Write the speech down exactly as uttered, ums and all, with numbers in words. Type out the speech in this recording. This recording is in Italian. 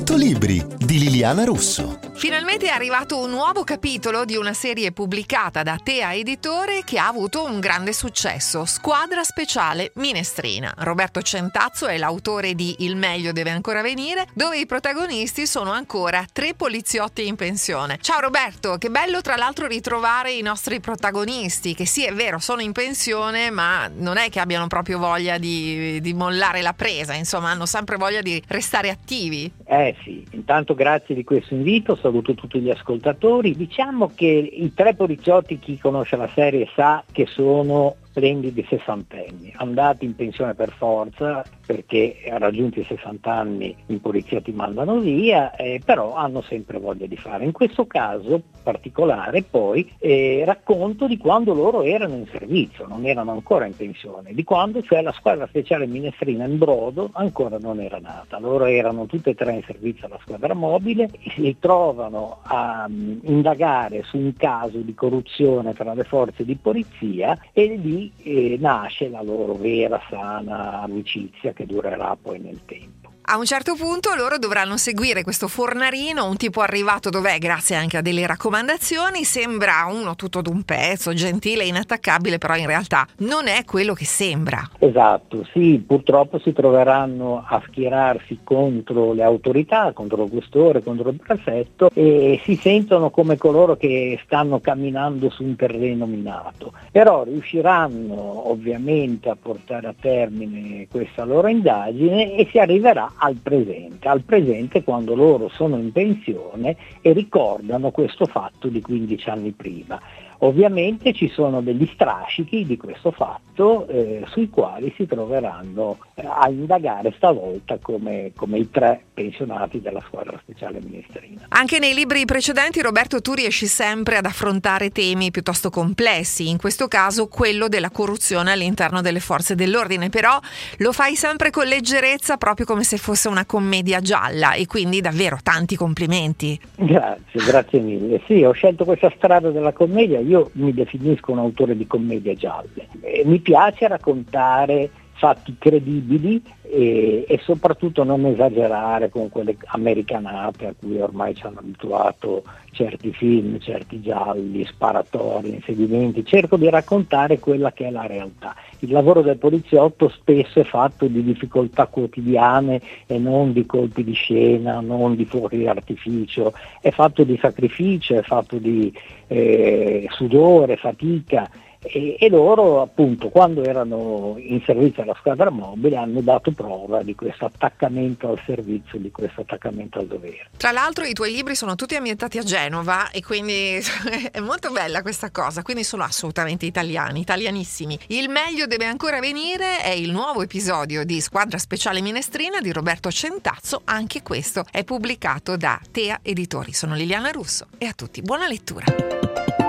cento libri di Liliana Russo. Finalmente è arrivato un nuovo capitolo di una serie pubblicata da Tea Editore che ha avuto un grande successo, Squadra Speciale Minestrina. Roberto Centazzo è l'autore di Il meglio deve ancora venire, dove i protagonisti sono ancora tre poliziotti in pensione. Ciao Roberto, che bello tra l'altro ritrovare i nostri protagonisti, che sì è vero sono in pensione ma non è che abbiano proprio voglia di, di mollare la presa, insomma hanno sempre voglia di restare attivi. Eh sì, intanto grazie di questo invito, saluto tutti gli ascoltatori. Diciamo che i tre poliziotti, chi conosce la serie sa che sono splendidi sessantenni, andati in pensione per forza perché raggiunti i sessanta anni i poliziotti mandano via, eh, però hanno sempre voglia di fare. In questo caso particolare poi eh, racconto di quando loro erano in servizio, non erano ancora in pensione, di quando cioè la squadra speciale minestrina in brodo ancora non era nata. Loro erano tutte e tre in servizio alla squadra mobile e si ritrovano a um, indagare su un caso di corruzione tra le forze di polizia e lì eh, nasce la loro vera sana amicizia che durerà poi nel tempo. A un certo punto loro dovranno seguire questo fornarino, un tipo arrivato dov'è grazie anche a delle raccomandazioni, sembra uno tutto d'un pezzo, gentile, inattaccabile, però in realtà non è quello che sembra. Esatto, sì, purtroppo si troveranno a schierarsi contro le autorità, contro il questore, contro il prefetto e si sentono come coloro che stanno camminando su un terreno minato, però riusciranno ovviamente a portare a termine questa loro indagine e si arriverà al presente, al presente quando loro sono in pensione e ricordano questo fatto di quindici anni prima. Ovviamente ci sono degli strascichi di questo fatto eh, sui quali si troveranno eh, a indagare stavolta come, come i tre pensionati della squadra speciale minestrina. Anche nei libri precedenti, Roberto, tu riesci sempre ad affrontare temi piuttosto complessi, in questo caso quello della corruzione all'interno delle forze dell'ordine, però lo fai sempre con leggerezza, proprio come se fosse una commedia gialla, e quindi davvero tanti complimenti. Grazie, grazie mille. Sì, ho scelto questa strada della commedia. Io mi definisco un autore di commedie gialle. E mi piace raccontare fatti credibili e, e soprattutto non esagerare con quelle americanate a cui ormai ci hanno abituato certi film, certi gialli, sparatori, inseguimenti. Cerco di raccontare quella che è la realtà. Il lavoro del poliziotto spesso è fatto di difficoltà quotidiane e non di colpi di scena, non di fuochi di artificio, è fatto di sacrificio, è fatto di eh, sudore, fatica. E, e loro appunto quando erano in servizio alla squadra mobile hanno dato prova di questo attaccamento al servizio, di questo attaccamento al dovere. Tra l'altro i tuoi libri sono tutti ambientati a Genova e quindi è molto bella questa cosa, quindi sono assolutamente italiani, italianissimi. Il meglio deve ancora venire è il nuovo episodio di Squadra Speciale Minestrina di Roberto Centazzo, anche questo è pubblicato da Tea Editori. Sono Liliana Russo e a tutti buona lettura.